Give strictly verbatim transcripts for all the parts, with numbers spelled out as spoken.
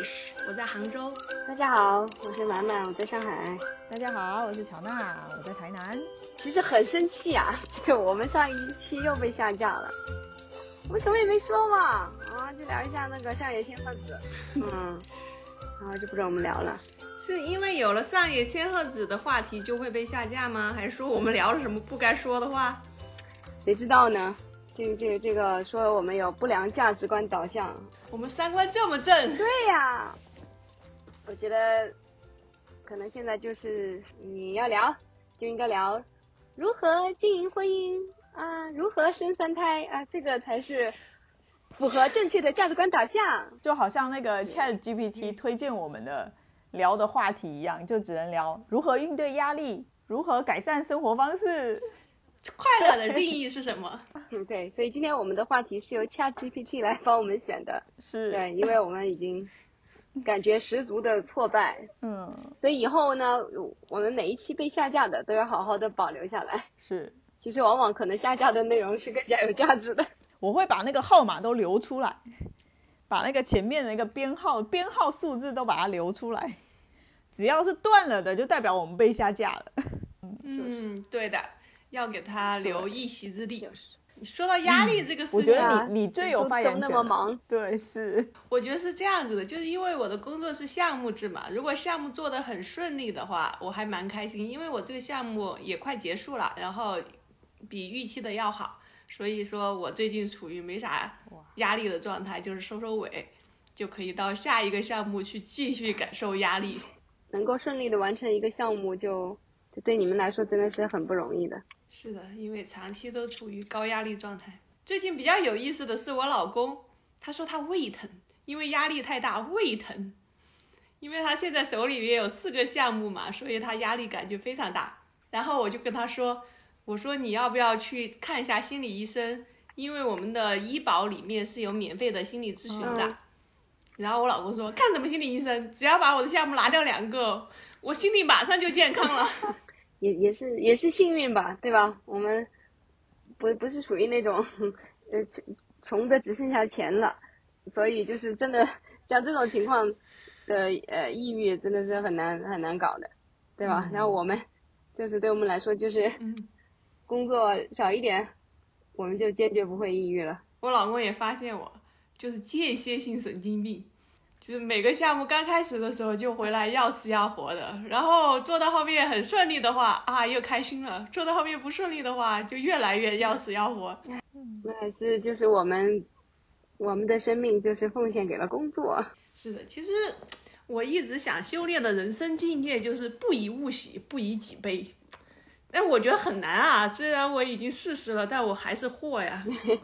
Fish， 我在杭州。 大家好，我是满满，我在上海。 大家好，我是乔娜，我在台南。 其实很生气啊，这个我们上一期又被下架了，我们什么也没说嘛，啊，就聊一下那个上野千鹤子，嗯，然后就不让我们聊了。 是因为有了上野千鹤子的话题就会被下架吗？还是说我们聊了什么不该说的话？ 谁知道呢？这个这个这个说我们有不良价值观导向， 我们三观这么正。 对呀，我觉得可能现在就是你要聊就应该聊如何经营婚姻啊，如何生三胎啊，这个才是符合正确的价值观导向。 就好像那个 Chat G P T 推荐我们的聊的话题一样，就只能聊如何应对压力，如何改善生活方式。 快乐的定义是什么？ 嗯，对，所以今天我们的话题是由 Chat G P T 来帮我们选的。 是， 对，因为我们已经感觉十足的挫败。 嗯， 所以以后呢，我们每一期被下架的都要好好的保留下来。 是， 其实往往可能下架的内容是更加有价值的。 我会把那个号码都留出来，把那个前面的那个编号编号数字都把它留出来，只要是断了的就代表我们被下架了。 嗯，对的，要给他留一席之地。 就是你说到压力这个事情， 我觉得你你最有发言权， 都那么忙。 对，是。 我觉得是这样子的，就是因为我的工作是项目制嘛，如果项目做得很顺利的话，我还蛮开心，因为我这个项目也快结束了，然后比预期的要好，所以说我最近处于没啥压力的状态，就是收收尾，就可以到下一个项目去继续感受压力。 能够顺利的完成一个项目就，就对你们来说真的是很不容易的。 是的，因为长期都处于高压力状态。最近比较有意思的是我老公，他说他胃疼，因为压力太大胃疼，因为他现在手里面有四个项目嘛，所以他压力感觉非常大。然后我就跟他说，我说你要不要去看一下心理医生，因为我们的医保里面是有免费的心理咨询的。嗯，然后我老公说，看什么心理医生，只要把我的项目拿掉两个，我心里马上就健康了。 也也是也是幸运吧，对吧？我们不不是属于那种呃穷穷的只剩下钱了，所以就是真的像这种情况的呃抑郁真的是很难很难搞的，对吧？嗯，然后我们就是对我们来说就是工作少一点，我们就坚决不会抑郁了。 我老公也发现我就是间歇性神经病。就是每个项目刚开始的时候就回来要死要活的，然后做到后面很顺利的话啊又开心了，做到后面不顺利的话就越来越要死要活。 那还是就是我们我们的生命就是奉献给了工作。 是的，其实我一直想修炼的人生境界就是不以物喜，不以己悲，但我觉得很难啊，虽然我已经四十了，但我还是货呀。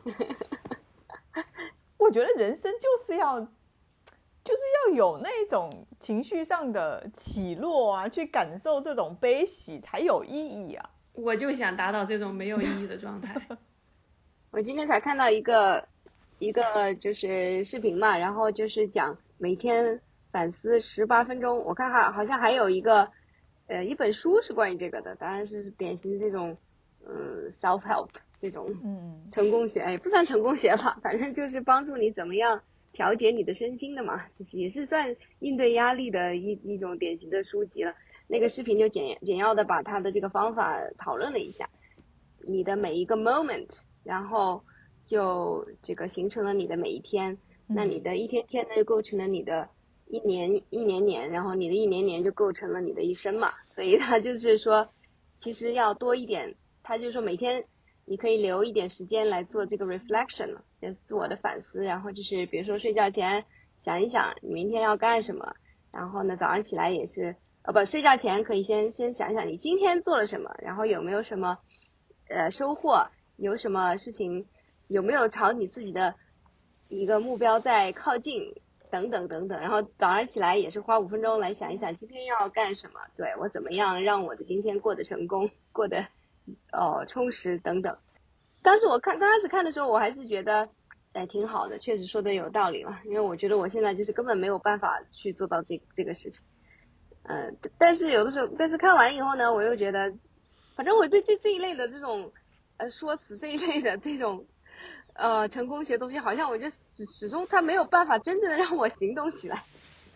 我觉得人生就是要就是要有那种情绪上的起落啊，去感受这种悲喜才有意义啊。 我就想达到这种没有意义的状态。 我今天才看到一个一个就是视频嘛，然后就是讲每天反思十八分钟。我看哈好像还有一个呃一本书是关于这个的，当然是典型这种嗯 self help 这种成功学，也不算成功学吧，反正就是帮助你怎么样调节你的身心的嘛，就是也是算应对压力的一一种典型的书籍了。那个视频就简简要的把他的这个方法讨论了一下，你的每一个 moment， 然后就这个形成了你的每一天，那你的一天天呢就构成了你的一年一年年，然后你的一年年就构成了你的一生嘛。所以他就是说其实要多一点，他就说每天你可以留一点时间来做这个 reflection， 就是自我的反思，然后就是比如说睡觉前想一想你明天要干什么，然后呢早上起来也是呃不睡觉前可以先先想一想你今天做了什么，然后有没有什么呃收获，有什么事情有没有朝你自己的一个目标在靠近等等等等，然后早上起来也是花五分钟来想一想今天要干什么，对我怎么样让我的今天过得成功，过得哦充实等等。当时我看刚开始看的时候我还是觉得哎挺好的，确实说的有道理嘛，因为我觉得我现在就是根本没有办法去做到这这个事情。嗯、呃，但是有的时候但是看完以后呢，我又觉得反正我对这这一类的这种呃说辞，这一类的这种呃成功学东西，好像我就始始终它没有办法真正的让我行动起来。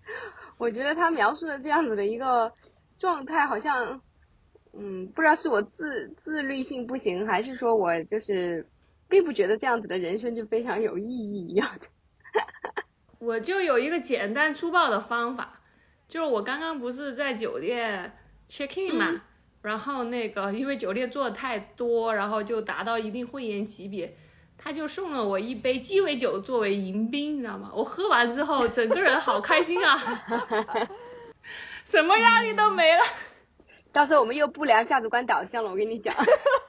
我觉得他描述的这样子的一个状态，好像，嗯，不知道是我自自律性不行，还是说我就是并不觉得这样子的人生就非常有意义一样的。 我就有一个简单粗暴的方法，就是我刚刚不是在酒店 check in 嘛，嗯、然后那个因为酒店做的太多，然后就达到一定会员级别，他就送了我一杯鸡尾酒作为迎宾，你知道吗？我喝完之后整个人好开心啊，什么压力都没了。 到时候我们又不良价值观导向了，我跟你讲。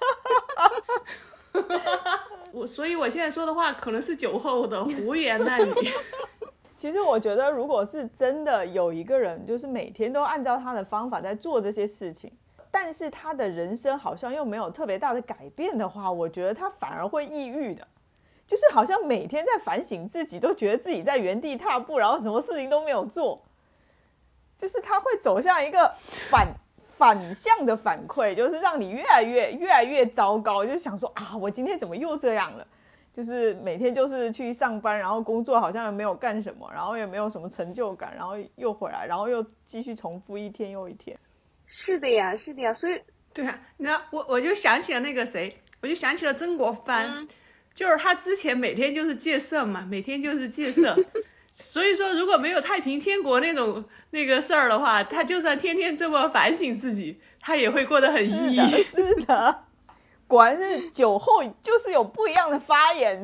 我所以我现在说的话可能是酒后的胡言乱语。 其实我觉得如果是真的有一个人就是每天都按照他的方法在做这些事情，但是他的人生好像又没有特别大的改变的话，我觉得他反而会抑郁的，就是好像每天在反省自己，都觉得自己在原地踏步，然后什么事情都没有做，就是他会走向一个反反向的反馈，就是让你越来越越来越糟糕，就是想说啊，我今天怎么又这样了？就是每天就是去上班，然后工作好像也没有干什么，然后也没有什么成就感，然后又回来，然后又继续重复一天又一天。 是的呀，是的呀，所以对啊，你知道我我就想起了那个谁，我就想起了曾国藩， 嗯、 就是他之前每天就是戒色嘛，每天就是戒色，所以说如果没有太平天国那种那个事儿的话，他就算天天这么反省自己，他也会过得很抑郁。 是的，是的。果然是酒后就是有不一样的发言。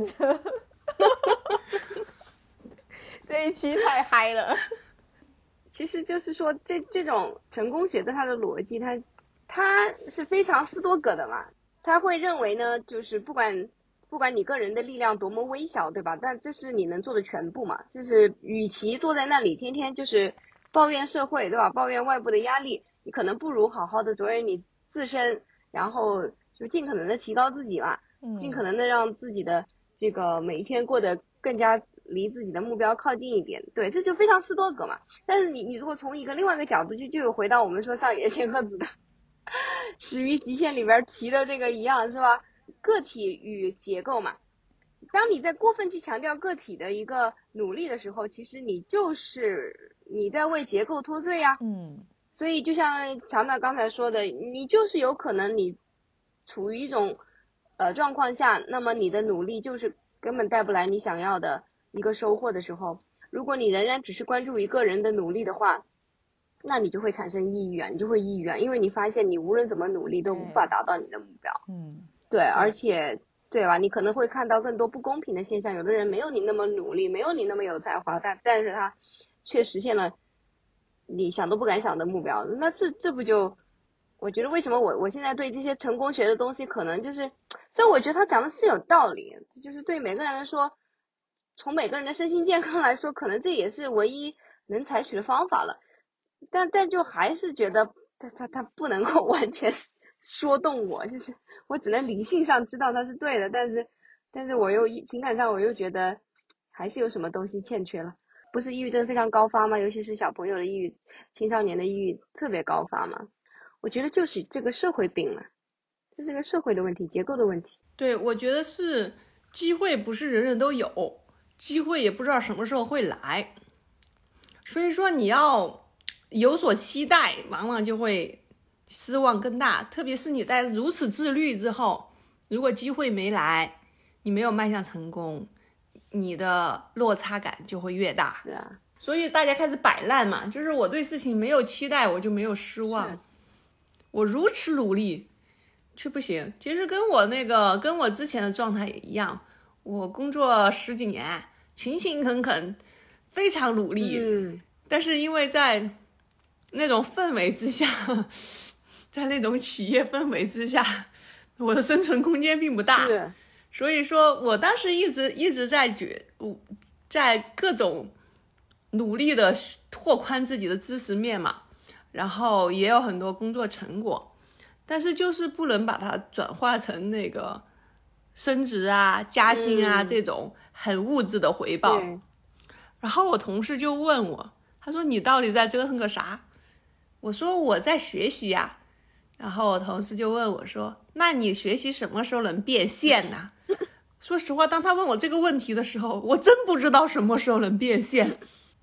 这一期太嗨了。 其实就是说这这种成功学的它的逻辑，它它是非常斯多葛的嘛。他会认为呢，就是不管不管你个人的力量多么微小，对吧？但这是你能做的全部嘛。就是与其坐在那里天天就是抱怨社会，对吧？抱怨外部的压力，你可能不如好好的着眼你自身，然后就尽可能的提高自己嘛，尽可能的让自己的这个每一天过得更加离自己的目标靠近一点。对，这就非常斯多葛嘛。但是你你如果从一个另外一个角度，就就有回到我们说上野千鹤子的始于极限里边提的这个一样，是吧？个体与结构嘛。当你在过分去强调个体的一个努力的时候，其实你就是你在为结构脱罪呀。 嗯， 所以就像强娜刚才说的，你就是有可能你处于一种呃状况下，那么你的努力就是根本带不来你想要的一个收获的时候，如果你仍然只是关注一个人的努力的话，那你就会产生抑郁啊，你就会抑郁啊，因为你发现你无论怎么努力都无法达到你的目标。 嗯， 对，而且对吧，你可能会看到更多不公平的现象，有的人没有你那么努力，没有你那么有才华，但但是他却实现了你想都不敢想的目标，那这这不就，我觉得为什么我我现在对这些成功学的东西可能就是，所以我觉得他讲的是有道理，就是对每个人来说，从每个人的身心健康来说，可能这也是唯一能采取的方法了，但但就还是觉得他他他不能够完全说动我，就是我只能理性上知道他是对的，但是但是我又情感上我又觉得还是有什么东西欠缺了。不是抑郁症非常高发吗？尤其是小朋友的抑郁，青少年的抑郁特别高发嘛。我觉得就是这个社会病了，这是个社会的问题，结构的问题。 对，我觉得是机会不是人人都有，机会也不知道什么时候会来，所以说你要有所期待，往往就会失望更大。特别是你在如此自律之后，如果机会没来，你没有迈向成功，你的落差感就会越大。 是啊， 所以大家开始摆烂嘛，就是我对事情没有期待，我就没有失望。我如此努力却不行。其实跟我那个跟我之前的状态也一样，我工作十几年，勤勤恳恳，非常努力， 嗯， 但是因为在那种氛围之下，在那种企业氛围之下，我的生存空间并不大。 是， 所以说我当时一直一直在觉，在各种努力的拓宽自己的知识面嘛，然后也有很多工作成果，但是就是不能把它转化成那个升职啊、加薪啊、嗯、这种很物质的回报。然后我同事就问我，他说你到底在折腾个啥？我说我在学习呀、啊。然后我同事就问我说，那你学习什么时候能变现呢？说实话，当他问我这个问题的时候，我真不知道什么时候能变现。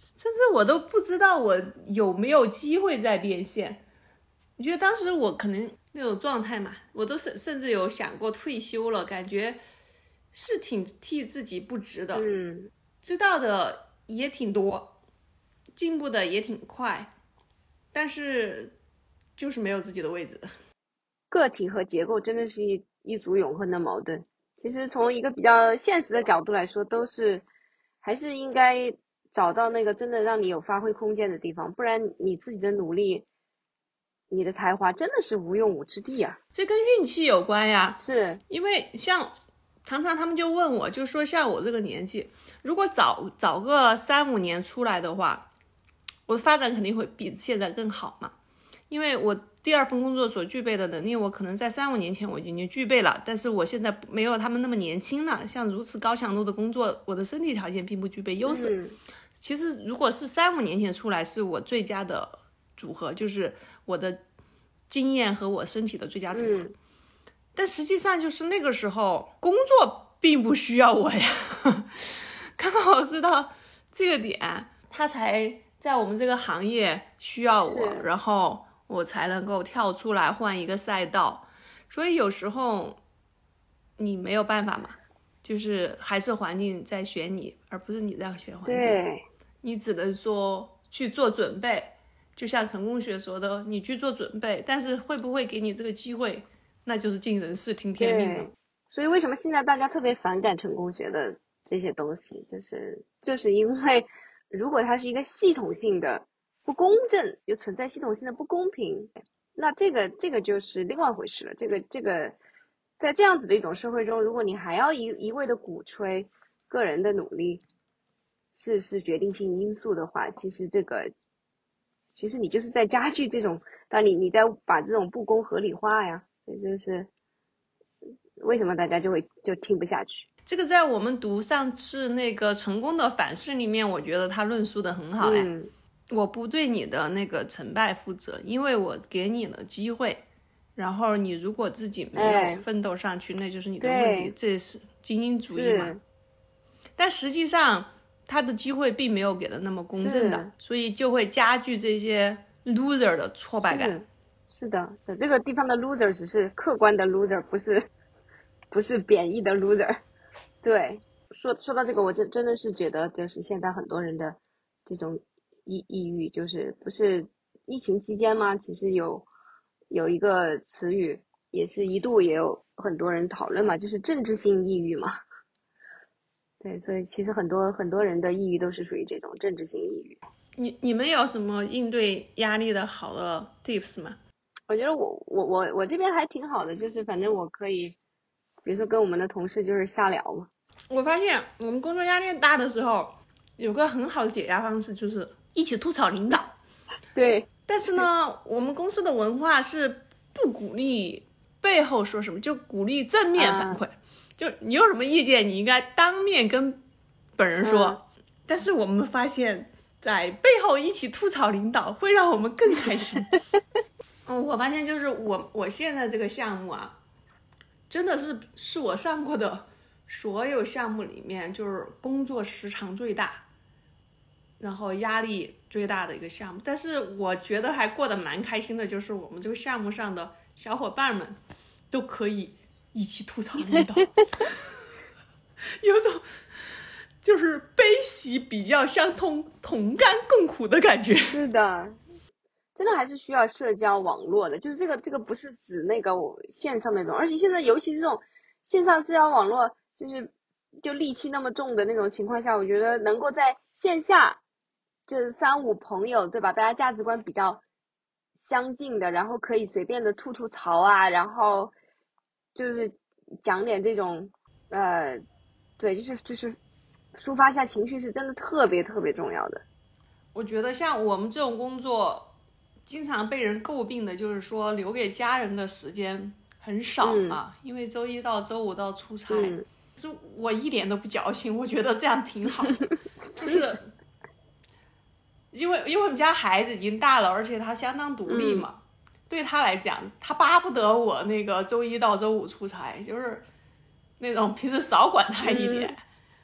甚至我都不知道我有没有机会再变现。我觉得当时我可能那种状态嘛，我都是甚至有想过退休了，感觉是挺替自己不值的。 嗯， 知道的也挺多，进步的也挺快，但是就是没有自己的位置。 个体和结构真的是一一组永恒的矛盾。其实从一个比较现实的角度来说，都是还是应该找到那个真的让你有发挥空间的地方，不然你自己的努力，你的才华真的是无用武之地啊。 这跟运气有关呀， 是因为像常常他们就问我，就说像我这个年纪，如果早早个三五年出来的话，我的发展肯定会比现在更好嘛。因为我第二份工作所具备的能力，我可能在三五年前我已经具备了，但是我现在没有他们那么年轻了。像如此高强度的工作，我的身体条件并不具备优势。 嗯、 其实如果是三五年前出来，是我最佳的组合，就是我的经验和我身体的最佳组合。 嗯、 但实际上就是那个时候工作并不需要我呀，刚好知道这个点，他才在我们这个行业需要我，然后我才能够跳出来换一个赛道。所以有时候你没有办法嘛，就是还是环境在选你，而不是你在选环境。 对， 你只能说去做准备，就像成功学说的，你去做准备，但是会不会给你这个机会，那就是尽人事听天命了。 所以为什么现在大家特别反感成功学的这些东西，就是就是因为如果它是一个系统性的不公正，又存在系统性的不公平，那这个这个就是另外一回事了。这个这个在这样子的一种社会中，如果你还要一一味的鼓吹个人的努力是是决定性因素的话，其实这个其实你就是在加剧这种，当你你在把这种不公合理化呀，这就是为什么大家就会就听不下去。 这个在我们读上次那个成功的反思里面，我觉得他论述的很好哎。 嗯， 我不对你的那个成败负责，因为我给你了机会，然后你如果自己没有奋斗上去，哎、那就是你的问题，这是精英主义嘛。但实际上他的机会并没有给的那么公正的，所以就会加剧这些 loser 的挫败感。 是, 是的，是这个地方的 loser 只是客观的 loser， 不是不是贬义的 loser。对，说说到这个，我真真的是觉得，就是现在很多人的这种抑抑郁，就是不是疫情期间吗？其实有有一个词语，也是一度也有很多人讨论嘛，就是政治性抑郁嘛。对，所以其实很多很多人的抑郁都是属于这种政治性抑郁。 你你们有什么应对压力的好的 tips 吗？ 我觉得我我我我这边还挺好的，就是反正我可以，比如说跟我们的同事就是瞎聊嘛。 我发现我们工作压力大的时候，有个很好的解压方式，就是一起吐槽领导。 对。 但是呢，我们公司的文化是不鼓励背后说什么，就鼓励正面反馈。啊、就你有什么意见，你应该当面跟本人说。嗯、但是我们发现，在背后一起吐槽领导，会让我们更开心。嗯，我发现就是我我现在这个项目啊，真的是是我上过的所有项目里面，就是工作时长最大，然后压力最大的一个项目。但是我觉得还过得蛮开心的，就是我们这个项目上的小伙伴们都可以一起吐槽领导，有种就是悲喜比较相通、同甘共苦的感觉。 是的。真的还是需要社交网络的，就是这个这个不是指那个线上那种，而且现在尤其这种线上社交网络，就是就戾气那么重的那种情况下，我觉得能够在线下，就是三五朋友，对吧？大家价值观比较相近的，然后可以随便的吐吐槽啊，然后就是讲点这种呃，对，就是就是抒发一下情绪，是真的特别特别重要的。 我觉得像我们这种工作，经常被人诟病的就是说留给家人的时间很少嘛、嗯、因为周一到周五到出差、嗯、是我一点都不矫情，我觉得这样挺好就是因为因为我们家孩子已经大了，而且他相当独立嘛、嗯、对他来讲他巴不得我那个周一到周五出差，就是那种平时少管他一点、嗯、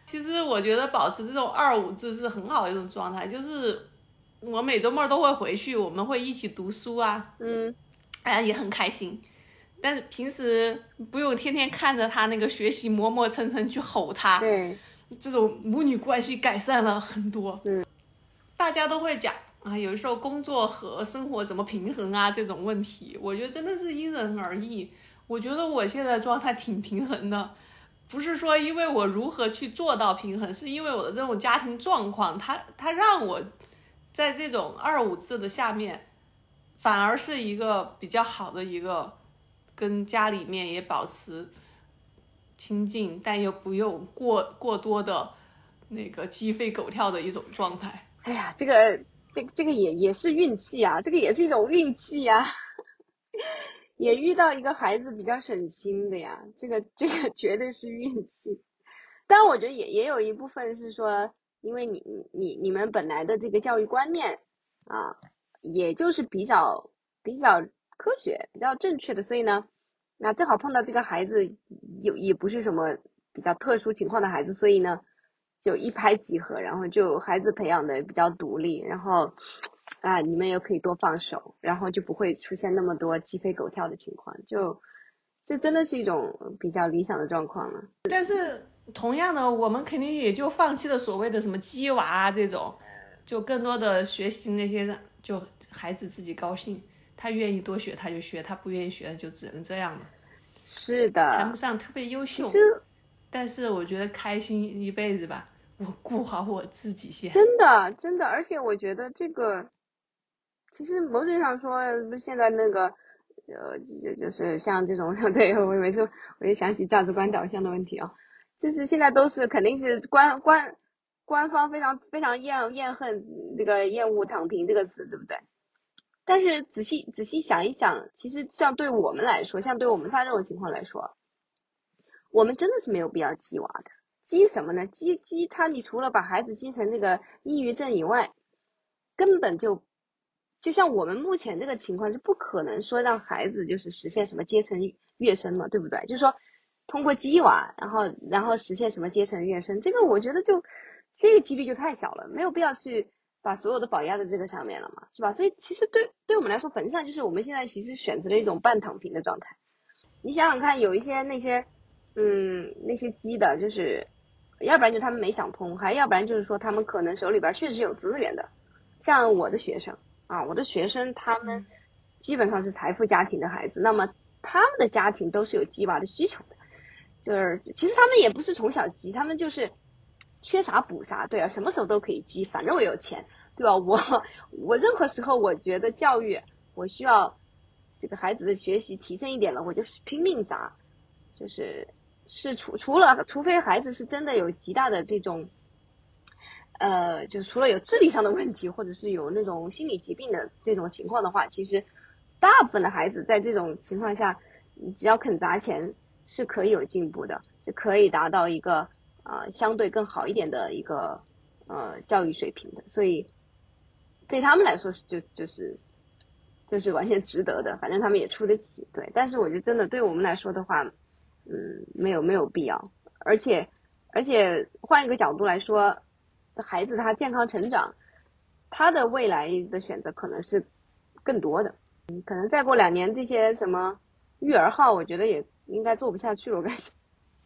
其实我觉得保持这种二五制是很好的一种状态，就是我每周末都会回去，我们会一起读书啊， 嗯， 哎，也很开心。但是平时不用天天看着他那个学习磨磨蹭蹭去吼他， 对， 这种母女关系改善了很多。 是， 大家都会讲啊，有时候工作和生活怎么平衡啊这种问题，我觉得真的是因人而异。我觉得我现在状态挺平衡的。不是说因为我如何去做到平衡，是因为我的这种家庭状况，它它让我在这种二五制的下面，反而是一个比较好的一个跟家里面也保持亲近，但又不用过过多的那个鸡飞狗跳的一种状态。 哎呀，这个这这个也也是运气啊，这个也是一种运气啊。也遇到一个孩子比较省心的呀，这个这个绝对是运气。当然我觉得也也有一部分是说，因为你你你们本来的这个教育观念啊，也就是比较比较科学比较正确的，所以呢那正好碰到这个孩子有也不是什么比较特殊情况的孩子，所以呢就一拍即合，然后就孩子培养的比较独立，然后啊，你们也可以多放手，然后就不会出现那么多鸡飞狗跳的情况，就这真的是一种比较理想的状况了。 但是同样的，我们肯定也就放弃了所谓的什么鸡娃啊这种，就更多的学习那些，就孩子自己高兴，他愿意多学他就学，他不愿意学就只能这样了。 是的， 谈不上特别优秀， 其实但是我觉得开心一辈子吧，我顾好我自己先。 真的真的，而且我觉得这个其实某种上说，不是现在那个呃，就就是像这种，对，我每次我就想起价值观导向的问题啊，就是现在都是肯定是官官官方非常非常厌厌恨这个厌恶躺平这个词，对不对？但是仔细仔细想一想，其实像对我们来说，像对我们仨这种情况来说，我们真的是没有必要鸡娃的。鸡什么呢？鸡鸡它你除了把孩子鸡成那个抑郁症以外，根本就就像我们目前这个情况，就不可能说让孩子就是实现什么阶层跃升嘛，对不对？就是说通过鸡娃，然后然后实现什么阶层跃升，这个我觉得就这个几率就太小了，没有必要去把所有的宝压在这个上面了嘛，是吧？所以其实对对我们来说，本质上就是我们现在其实选择了一种半躺平的状态。你想想看，有一些那些嗯那些鸡的，就是要不然就他们没想通，还要不然就是说他们可能手里边确实有资源的，像我的学生啊，我的学生他们基本上是财富家庭的孩子，那么他们的家庭都是有鸡娃的需求的，就是其实他们也不是从小鸡，他们就是缺啥补啥，对啊，什么时候都可以鸡，反正我有钱，对吧？我我任何时候我觉得教育我需要这个孩子的学习提升一点了，我就拼命砸，就是是除除了除非孩子是真的有极大的这种呃，就除了有智力上的问题，或者是有那种心理疾病的这种情况的话，其实大部分的孩子在这种情况下，你只要肯砸钱，是可以有进步的，是可以达到一个呃相对更好一点的一个呃教育水平的。所以对他们来说是就就是就是完全值得的，反正他们也出得起，对。但是我觉得真的对我们来说的话，嗯，没有没有必要，而且而且换一个角度来说。孩子他健康成长，他的未来的选择可能是更多的，嗯，可能再过两年这些什么育儿号，我觉得也应该做不下去了，我感觉，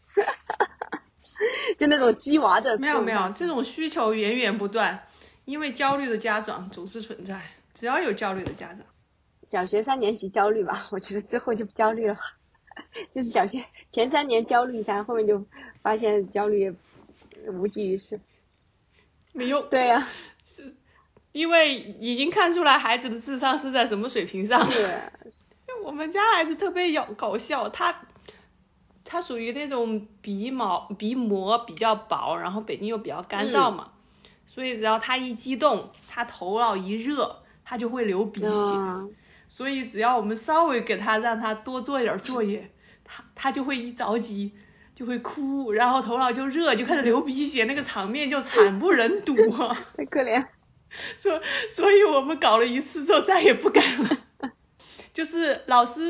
就那种鸡娃的， 没有没有，这种需求源源不断，因为焦虑的家长总是存在，只要有焦虑的家长， 小学三年级焦虑吧，我觉得之后就不焦虑了，就是小学前三年焦虑一下，后面就发现焦虑也无济于事。 没用， 对呀、啊， 是因为已经看出来孩子的智商是在什么水平上。 是， 我们家孩子特别有搞笑，他他属于那种鼻毛鼻膜比较薄，然后北京又比较干燥嘛，嗯、所以只要他一激动，他头脑一热，他就会流鼻血。嗯、所以只要我们稍微给他让他多做一点作业，他他就会一着急。就会哭，然后头脑就热，就开始流鼻血，那个场面就惨不忍睹啊！ 太可怜。 所所以我们搞了一次之后再也不敢了。就是老师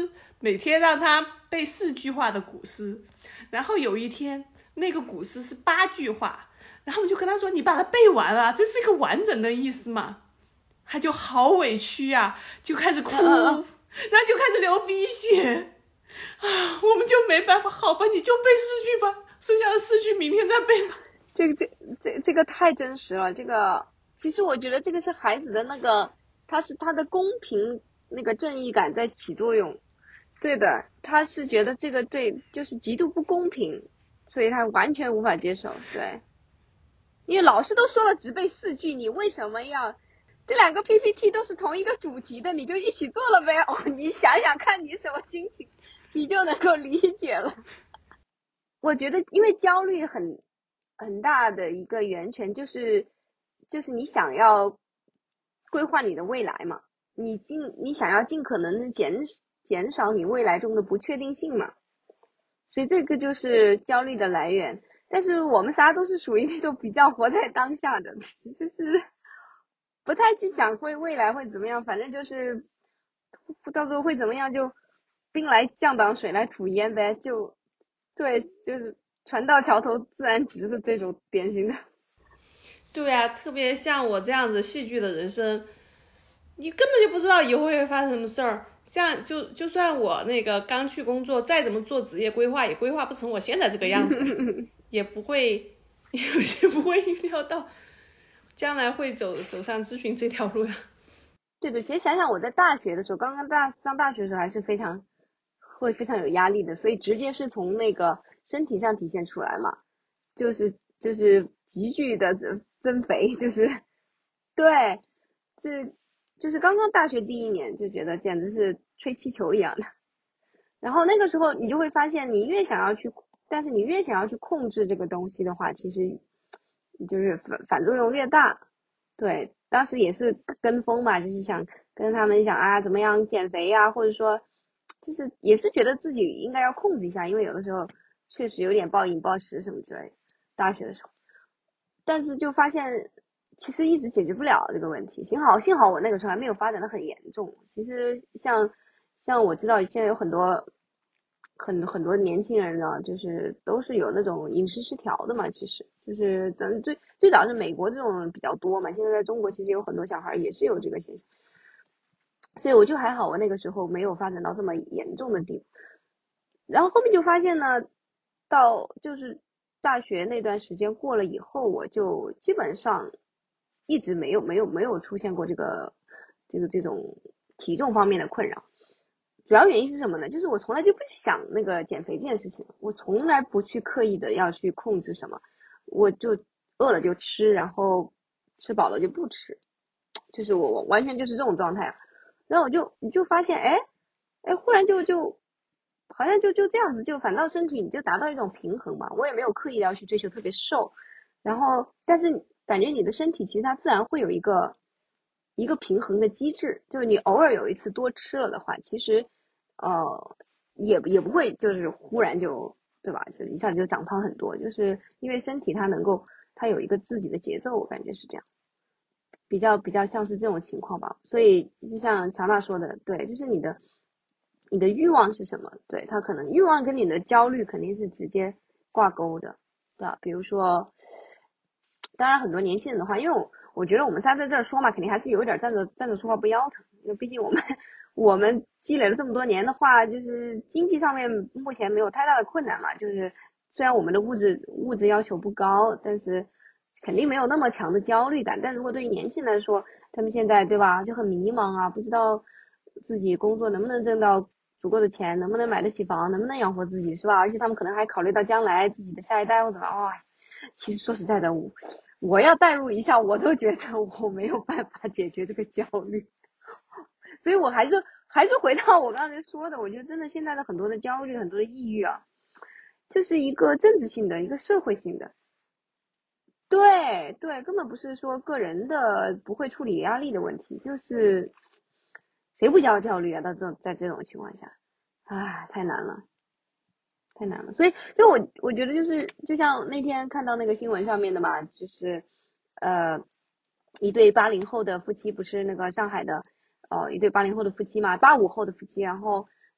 每天让他背四句话的古诗，然后有一天那个古诗是八句话，然后我们就跟他说你把它背完了，这是一个完整的意思嘛。他就好委屈啊，就开始哭，然后就开始流鼻血啊，我们就没办法，好吧，你就背四句吧，剩下的四句明天再背吧。 这个这这这个太真实了，这个其实我觉得这个是孩子的那个，他是他的公平那个正义感在起作用。对的，他是觉得这个对就是极度不公平，所以他完全无法接受。对，因为老师都说了只背四句，你为什么要这两个 P P T 都是同一个主题的，你就一起做了呗。哦，你想想看你什么心情，你就能够理解了。我觉得因为焦虑很很大的一个源泉就是就是你想要规划你的未来嘛，你尽你想要尽可能的减减少你未来中的不确定性嘛，所以这个就是焦虑的来源。但是我们仨都是属于那种比较活在当下的，就是不太去想会未来会怎么样，反正就是到时候会怎么样就兵来将挡水来土掩呗，就对，就是船到桥头自然直的这种典型的。 对啊，特别像我这样子戏剧的人生，你根本就不知道以后会发生什么事儿。像就就算我那个刚去工作，再怎么做职业规划，也规划不成我现在这个样子，也不会有些不会预料到将来会走走上咨询这条路呀。 对对，其实想想我在大学的时候，刚刚大上大学的时候还是非常会非常有压力的，所以直接是从那个身体上体现出来嘛，就是就是急剧的增肥，就是对，这就是刚刚大学第一年就觉得简直是吹气球一样的。然后那个时候你就会发现，你越想要去，但是你越想要去控制这个东西的话，其实就是反反作用越大。对，当时也是跟风嘛，就是想跟他们讲啊，怎么样减肥呀、啊，或者说就是也是觉得自己应该要控制一下，因为有的时候确实有点暴饮暴食什么之类的，大学的时候。但是就发现其实一直解决不了这个问题，幸好幸好我那个时候还没有发展的很严重。其实像像我知道现在有很多很很多年轻人呢，就是都是有那种饮食失调的嘛，其实就是咱最最早是美国这种比较多嘛，现在在中国其实有很多小孩也是有这个现象，所以我就还好，我那个时候没有发展到这么严重的地步。然后后面就发现呢，到就是大学那段时间过了以后，我就基本上一直没有没有没有出现过这个这个这种体重方面的困扰。主要原因是什么呢？就是我从来就不去想那个减肥这件事情，我从来不去刻意的要去控制什么，我就饿了就吃，然后吃饱了就不吃，就是我我完全就是这种状态啊。然后我就你就发现，哎哎，忽然就就好像就就这样子，就反倒身体你就达到一种平衡嘛。我也没有刻意的要去追求特别瘦，然后但是感觉你的身体其实它自然会有一个一个平衡的机制，就是你偶尔有一次多吃了的话，其实呃也也不会就是忽然就对吧，就一下子就长胖很多，就是因为身体它能够它有一个自己的节奏，我感觉是这样。比较比较像是这种情况吧，所以就像乔娜说的，对，就是你的你的欲望是什么？对，它可能欲望跟你的焦虑肯定是直接挂钩的，对吧？比如说，当然很多年轻人的话，因为我我觉得我们仨在这儿说嘛，肯定还是有点站着站着说话不腰疼，因为毕竟我们我们积累了这么多年的话，就是经济上面目前没有太大的困难嘛，就是虽然我们的物质物质要求不高，但是肯定没有那么强的焦虑感。但如果对于年轻人来说，他们现在对吧就很迷茫啊，不知道自己工作能不能挣到足够的钱，能不能买得起房，能不能养活自己，是吧？而且他们可能还考虑到将来自己的下一代或者哦，其实说实在的，我我要代入一下，我都觉得我没有办法解决这个焦虑，所以我还是还是回到我刚才说的，我觉得真的现在的很多的焦虑，很多的抑郁啊，就是一个政治性的，一个社会性的。对对，根本不是说个人的不会处理压力的问题，就是谁不焦焦虑啊？到这种在这种情况下，唉，太难了，太难了。所以，所以我我觉得就是，就像那天看到那个新闻上面的嘛，就是呃，一对八零后的夫妻，不是那个上海的呃一对八零后的夫妻嘛，八五后的夫妻，然后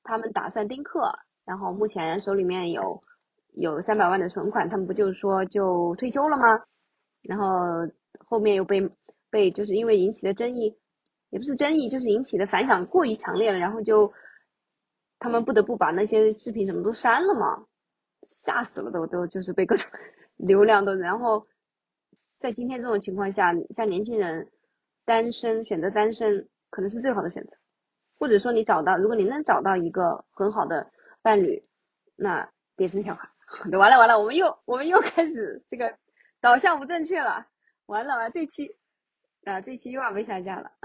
他们打算丁克，然后目前手里面有有三百万的存款，他们不就是说就退休了吗？然后后面又被被就是因为引起的争议，也不是争议，就是引起的反响过于强烈了，然后就他们不得不把那些视频什么都删了嘛，吓死了都都就是被各种流量都，然后在今天这种情况下，像年轻人单身选择单身可能是最好的选择，或者说你找到，如果你能找到一个很好的伴侣，那别生小孩。完了完了，我们又我们又开始这个导向不正确了，完了完了，这期啊这期又要被下架了。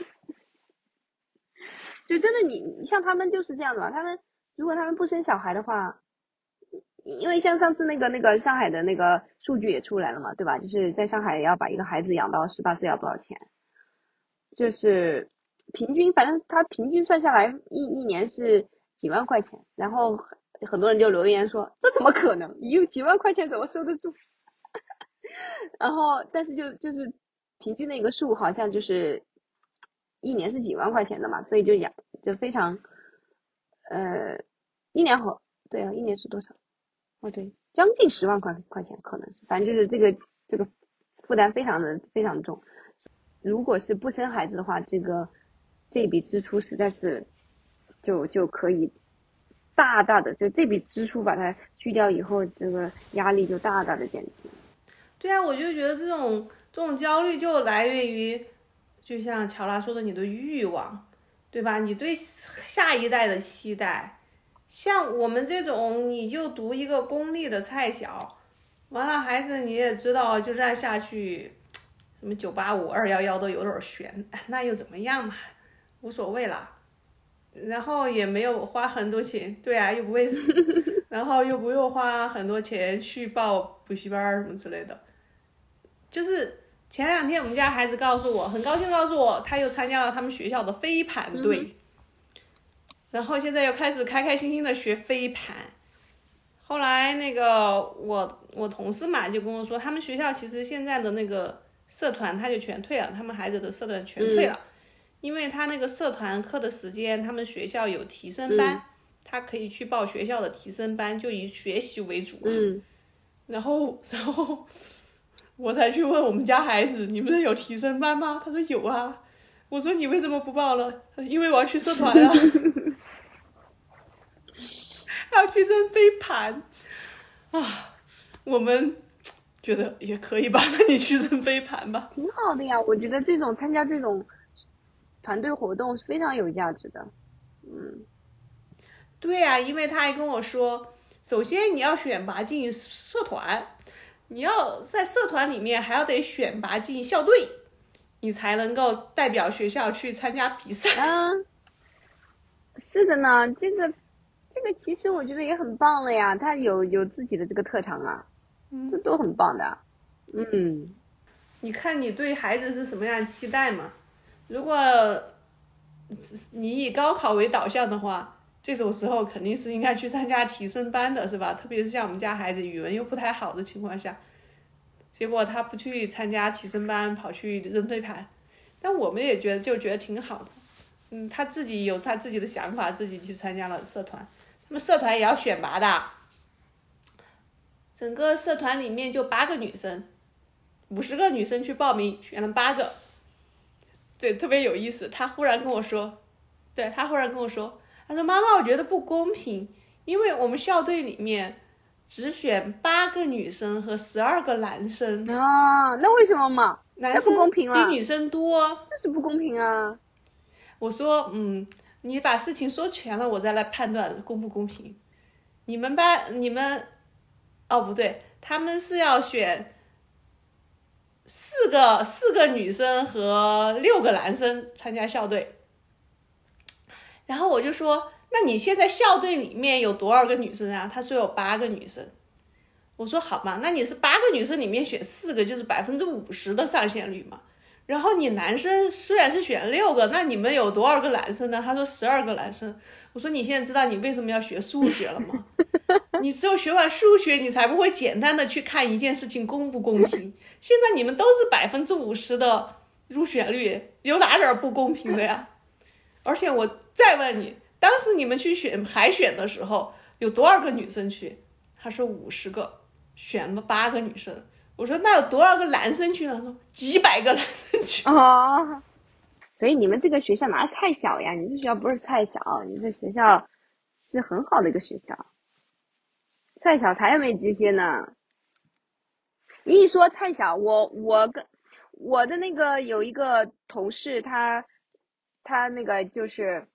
就真的你像他们就是这样的嘛，他们如果他们不生小孩的话，因为像上次那个那个上海的那个数据也出来了嘛，对吧？就是在上海要把一个孩子养到十八岁要多少钱？就是平均，反正他平均算下来一一年是几万块钱，然后很多人就留言说这怎么可能？你有几万块钱怎么收得住？然后但是就就是平均的一个数好像就是一年是几万块钱的嘛，所以就养就非常呃一年好对啊，一年是多少？哦对，将近十万块块钱可能是，反正就是这个这个负担非常的非常重。如果是不生孩子的话，这个这笔支出实在是就就可以大大的就这笔支出把它去掉以后，这个压力就大大的减轻。 对啊，我就觉得这种这种焦虑就来源于，就像乔拉说的，你的欲望，对吧？你对下一代的期待。像我们这种，你就读一个公立的菜小，完了孩子你也知道，就这样下去，什么九八五、二幺幺都有点悬，那又怎么样嘛，无所谓啦。然后也没有花很多钱，对啊，又不会死，然后又不用花很多钱去报补习班什么之类的。就是前两天我们家孩子告诉我，很高兴告诉我，他又参加了他们学校的飞盘队。嗯，然后现在又开始开开心心的学飞盘。后来那个我我同事嘛就跟我说，他们学校其实现在的那个社团他就全退了，他们孩子的社团全退了，嗯，因为他那个社团课的时间，他们学校有提升班，嗯，他可以去报学校的提升班，就以学习为主。嗯，然后然后我才去问我们家孩子，你们有提升班吗？他说有啊。我说你为什么不报了？因为我要去社团啊。还要去扔飞盘啊！我们觉得也可以吧，那你去扔飞盘吧， 挺好的呀。我觉得这种参加这种团队活动是非常有价值的。嗯， 对呀，啊，因为他还跟我说，首先你要选拔进社团，你要在社团里面还要得选拔进校队，你才能够代表学校去参加比赛。 嗯，是的呢，这个。这个其实我觉得也很棒了呀，他有有自己的这个特长啊，嗯，这都很棒的。嗯， 你看你对孩子是什么样的期待嘛？如果你以高考为导向的话，这种时候肯定是应该去参加提升班的，是吧？特别是像我们家孩子语文又不太好的情况下，结果他不去参加提升班，跑去扔飞盘，但我们也觉得就觉得挺好的。嗯，他自己有他自己的想法，自己去参加了社团。他们社团也要选拔的，整个社团里面就八个女生，五十个女生去报名，选了八个。对，特别有意思。他忽然跟我说，对他忽然跟我说，他说妈妈，我觉得不公平，因为我们校队里面只选八个女生和十二个男生啊，那为什么嘛？ 男生比女生多， 这是不公平啊。 我说，嗯。你把事情说全了，我再来判断公不公平。你们班你们，哦不对，他们是要选四个四个女生和六个男生参加校队。然后我就说，那你现在校队里面有多少个女生啊？他说有八个女生。我说好嘛，那你是八个女生里面选四个，就是百分之五十的上线率嘛。然后你男生虽然是选六个，那你们有多少个男生呢？他说十二个男生。我说你现在知道你为什么要学数学了吗？你只有学完数学，你才不会简单的去看一件事情公不公平。现在你们都是百分之五十的入选率，有哪点不公平的呀？而且我再问你， 当时你们去选海选的时候有多少个女生去？他说五十个，选了八个女生。我说那有多少个男生去呢？他说几百个男生去。 哦，所以你们这个学校哪太小呀？你这学校不是太小，你这学校是很好的一个学校。太小才没这些呢。你一说太小，我我跟我的那个有一个同事，他他那个就是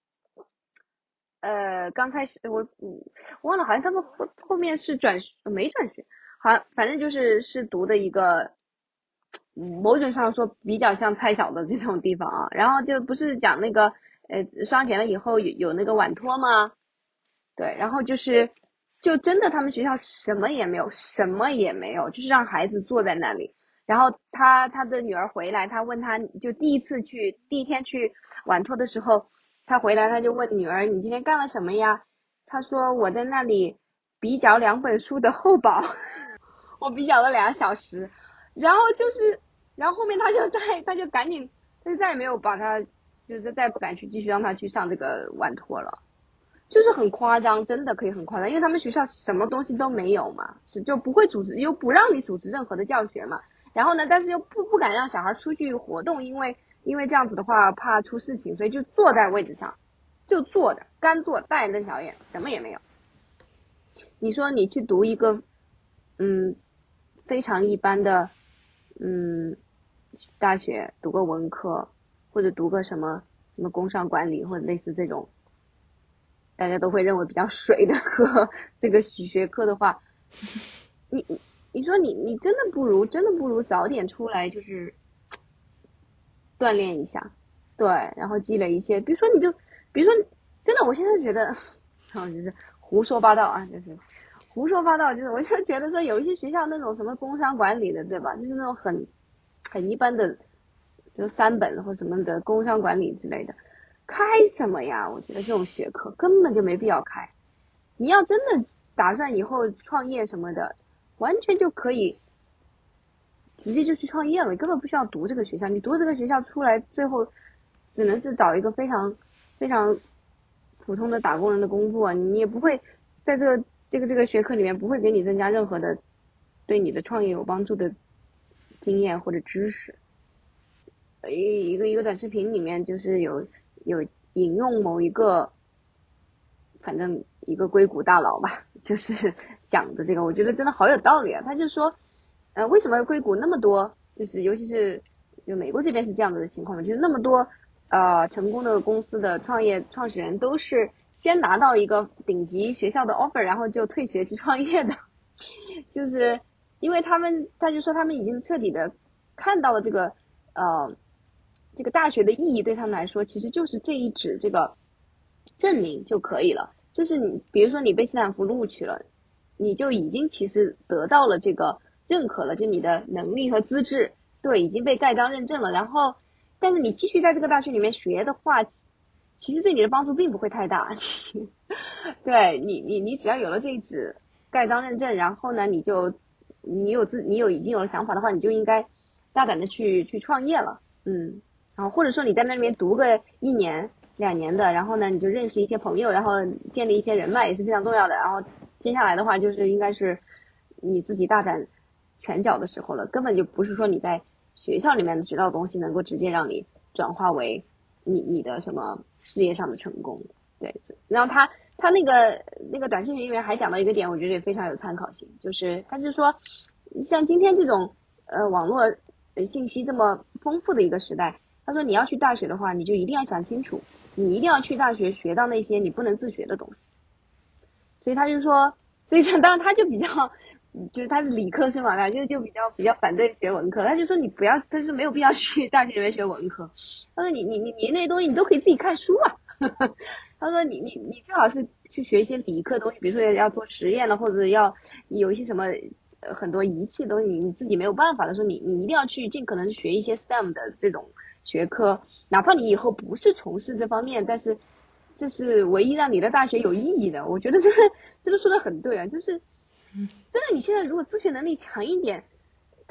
呃刚开始我我忘了，好像他们后后面是转没转学，好像反正就是是读的一个某种上说比较像太小的这种地方啊。然后就不是讲那个呃双减了以后有有那个晚托吗？对，然后就是就真的他们学校什么也没有，什么也没有，就是让孩子坐在那里。然后他他的女儿回来，他问他就第一次去第一天去晚托的时候，他回来他就问女儿你今天干了什么呀？他说我在那里比较两本书的厚薄，我比较了两小时。然后就是然后后面他就再他就赶紧他就再也没有把他就是再也不敢去继续让他去上这个晚托了。就是很夸张，真的可以很夸张，因为他们学校什么东西都没有嘛，是就不会组织，又不让你组织任何的教学嘛。然后呢，但是又不不敢让小孩出去活动，因为因为这样子的话怕出事情，所以就坐在位置上，就坐着，干坐，大眼瞪小眼，什么也没有。你说你去读一个嗯非常一般的嗯大学，读个文科或者读个什么什么工商管理或者类似这种。大家都会认为比较水的科，这个学科的话，你你说你你真的不如真的不如早点出来就是锻炼一下，对，然后积累一些，比如说你就比如说真的，我现在觉得，然后就是胡说八道啊，就是胡说八道，就是我就觉得说有一些学校那种什么工商管理的，对吧？就是那种很很一般的，就三本或什么的工商管理之类的。开什么呀？我觉得这种学科根本就没必要开。你要真的打算以后创业什么的，完全就可以直接就去创业了，根本不需要读这个学校。你读这个学校出来，最后只能是找一个非常非常普通的打工人的工作，你也不会在这个这个这个学科里面不会给你增加任何的对你的创业有帮助的经验或者知识。一一个一个短视频里面就是有。有引用某一个，反正一个硅谷大佬吧，就是讲的这个，我觉得真的好有道理啊。他就说，呃，为什么硅谷那么多，就是尤其是就美国这边是这样子的情况嘛，就是那么多呃成功的公司的创业创始人都是先拿到一个顶级学校的 offer， 然后就退学去创业的，就是因为他们他就说他们已经彻底的看到了这个呃。这个大学的意义对他们来说，其实就是这一纸这个证明就可以了。就是你，比如说你被斯坦福录取了，你就已经其实得到了这个认可了，就你的能力和资质，对，已经被盖章认证了。然后，但是你继续在这个大学里面学的话，其实对你的帮助并不会太大。对你，你你只要有了这一纸盖章认证，然后呢，你就你有自你有已经有了想法的话，你就应该大胆的去去创业了，嗯。然后或者说你在那边读个一年两年的，然后呢你就认识一些朋友，然后建立一些人脉也是非常重要的。然后接下来的话就是应该是你自己大展拳脚的时候了，根本就不是说你在学校里面学到的东西能够直接让你转化为你你的什么事业上的成功。对，然后他他那个那个短视频里面还讲到一个点，我觉得也非常有参考性，就是他就说像今天这种呃网络信息这么丰富的一个时代，他说你要去大学的话，你就一定要想清楚，你一定要去大学学到那些你不能自学的东西。所以他就说，所以他当然他就比较，就是他是理科生嘛，他就就比较比较反对学文科。他就说你不要，他说没有必要去大学里面学文科。他说你你你你那些东西你都可以自己看书啊。他说你你你最好是去学一些理科的东西，比如说要做实验了，或者要有一些什么。呃，很多仪器的东西你你自己没有办法的时候，你你一定要去尽可能学一些 S T E M 的这种学科，哪怕你以后不是从事这方面，但是这是唯一让你的大学有意义的。我觉得这个这个说的很对啊，就是真的你现在如果自学能力强一点，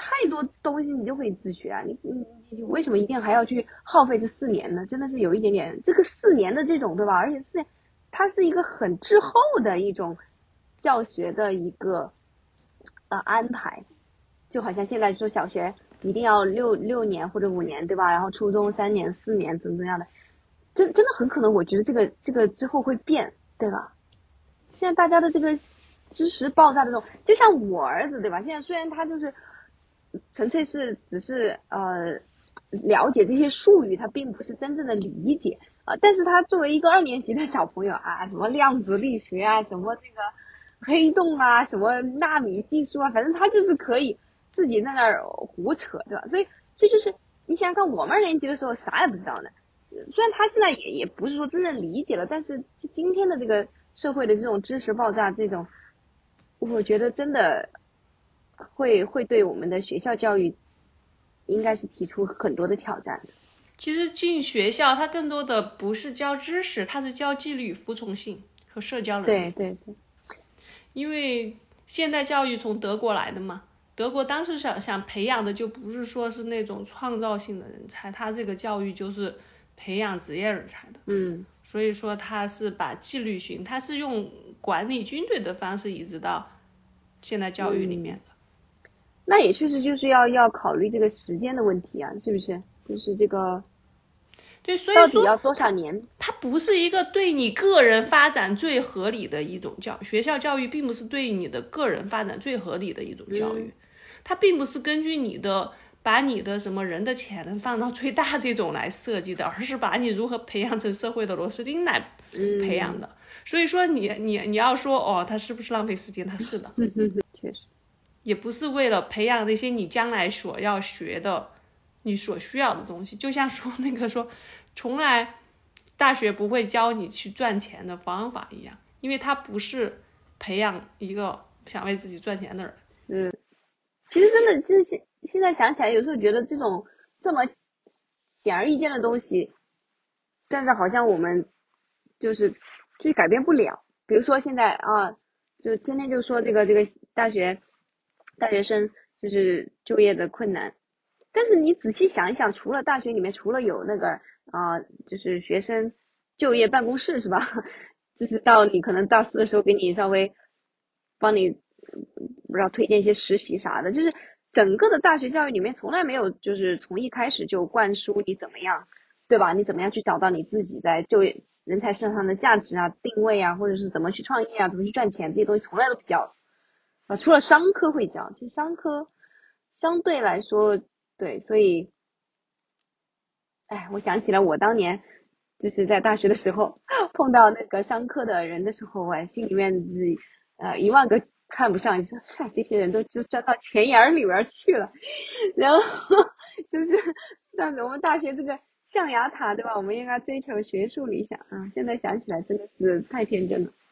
太多东西你就可以自学啊，你你你为什么一定还要去耗费这四年呢？真的是有一点点这个四年的这种，对吧？而且四年它是一个很滞后的一种教学的一个呃安排，就好像现在说小学一定要六六年或者五年，对吧？然后初中三年四年怎么怎么样的，真真的很可能，我觉得这个这个之后会变，对吧？现在大家的这个知识爆炸的这种，就像我儿子，对吧？现在虽然他就是纯粹是只是呃了解这些术语，他并不是真正的理解啊、呃，但是他作为一个二年级的小朋友啊，什么量子力学啊，什么这个黑洞啊，什么纳米技术啊，反正他就是可以自己在那儿胡扯，对吧？所以所以就是你想想看，我们二年级的时候啥也不知道呢，虽然他现在也也不是说真正理解了，但是今天的这个社会的这种知识爆炸，这种我觉得真的会会对我们的学校教育应该是提出很多的挑战的。 其实进学校，它更多的不是教知识，它是教纪律、服从性和社交能力。 对对对。 因为现代教育从德国来的嘛，德国当时想想培养的就不是说是那种创造性的人才，他这个教育就是培养职业人才的。 嗯。 所以说他是把纪律性，他是用管理军队的方式移植到现代教育里面的。 嗯、那也确实就是要要考虑这个时间的问题啊，是不是？就是这个。 对，所以说到底要多少年？ 它不是一个对你个人发展最合理的一种教育，学校教育并不是对你的个人发展最合理的一种教育， 嗯、 它并不是根据你的把你的什么人的潜能放到最大这种来设计的，而是把你如何培养成社会的螺丝钉来培养的。嗯、所以说你你你要说哦，它是不是浪费时间？它是的， 确实， 也不是为了培养那些你将来所要学的。你所需要的东西，就像说那个说，从来大学不会教你去赚钱的方法一样，因为它不是培养一个想为自己赚钱的人。 是，其实真的就是现现在想起来，有时候觉得这种这么显而易见的东西，但是好像我们就是就是改变不了。比如说现在啊，就天天就说这个这个大学大学生就是就业的困难。但是你仔细想一想，除了大学里面除了有那个啊、呃，就是学生就业办公室是吧？就是到你可能大四的时候给你稍微帮你不知道推荐一些实习啥的，就是整个的大学教育里面从来没有就是从一开始就灌输你怎么样，对吧？你怎么样去找到你自己在就业人才市场上的价值啊、定位啊，或者是怎么去创业啊、怎么去赚钱这些东西从来都不教啊，除了商科会教，其实商科相对来说。对，所以，哎，我想起来我当年就是在大学的时候碰到那个商科的人的时候，我心里面是呃一万个看不上，就说嗨，这些人都就钻到钱眼里边去了。然后就是但是我们大学这个象牙塔，对吧？我们应该追求学术理想啊。现在想起来真的是太天真了，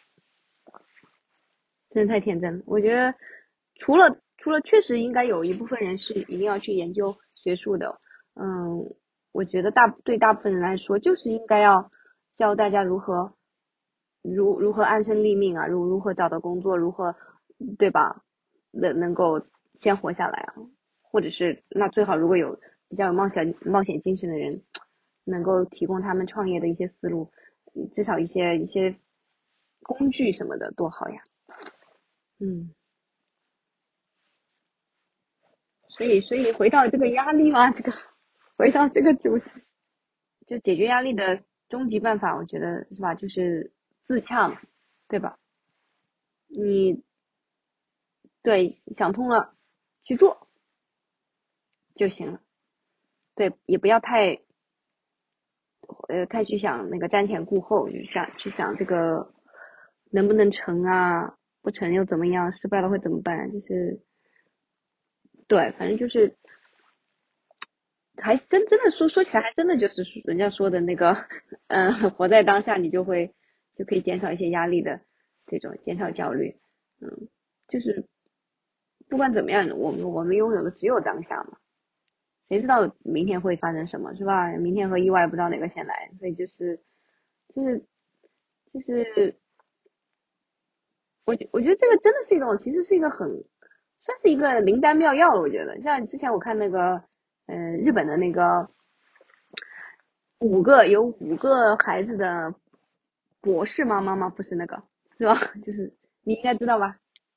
真的太天真了。我觉得除了。除了确实应该有一部分人是一定要去研究学术的，嗯，我觉得大对大部分人来说，就是应该要教大家如何如如何安身立命啊，如如何找到工作，如何对吧？能能够先活下来啊，或者是那最好如果有比较有冒险冒险精神的人，能够提供他们创业的一些思路，至少一些一些工具什么的，多好呀，嗯。所以，所以回到这个压力嘛，这个回到这个主题，就解决压力的终极办法，我觉得是吧？就是自洽，对吧？你对想通了去做就行了，对，也不要太呃太去想那个瞻前顾后，就想去想这个能不能成啊？不成又怎么样？失败了会怎么办？就是对，反正就是。还真真的说说起来，还真的就是人家说的那个，嗯，活在当下，你就会就可以减少一些压力的这种，减少焦虑，嗯，就是不管怎么样，我们我们拥有的只有当下嘛，谁知道明天会发生什么，是吧？明天和意外不知道哪个先来，所以就是就是就是我我觉得这个真的是一种，其实是一个很算是一个灵丹妙药了，我觉得。像之前我看那个，呃，日本的那个五个有五个孩子的博士妈妈吗？不是那个，是吧？就是你应该知道吧？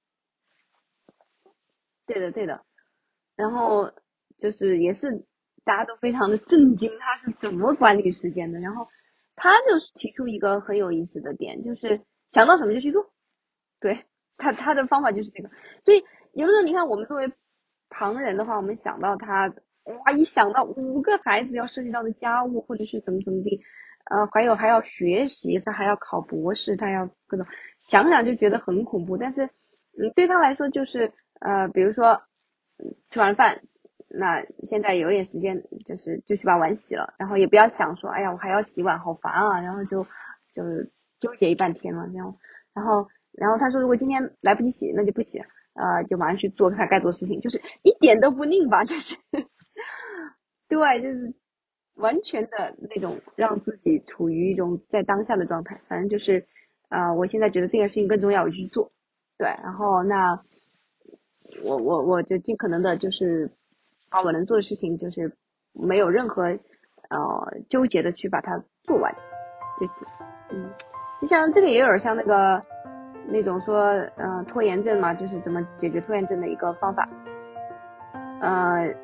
对的，对的。然后就是也是大家都非常的震惊，他是怎么管理时间的？然后他就提出一个很有意思的点，就是想到什么就去做。对，他他的方法就是这个。所以有的时候你看我们作为旁人的话，我们想到他哇，一想到五个孩子要涉及到的家务或者是怎么怎么地，呃，还有还要学习，他还要考博士，他要各种想想就觉得很恐怖。但是嗯，对他来说就是呃，比如说嗯吃完饭。那现在有点时间，就是就去把碗洗了，然后也不要想说，哎呀，我还要洗碗，好烦啊，然后就就纠结一半天了，然后然后然后他说，如果今天来不及洗，那就不洗，呃，就马上去做他该做的事情，就是一点都不拧巴，就是对，就是完全的那种让自己处于一种在当下的状态，反正就是啊、呃，我现在觉得这件事情更重要，我就去做，对，然后那我我我就尽可能的就是把我能做的事情，就是没有任何呃纠结的去把它做完就行。嗯，就像这个也有点像那个那种说呃拖延症嘛，就是怎么解决拖延症的一个方法。呃，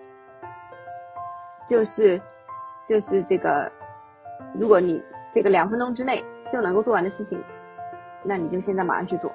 就是就是这个，如果你这个两分钟之内就能够做完的事情，那你就现在马上去做。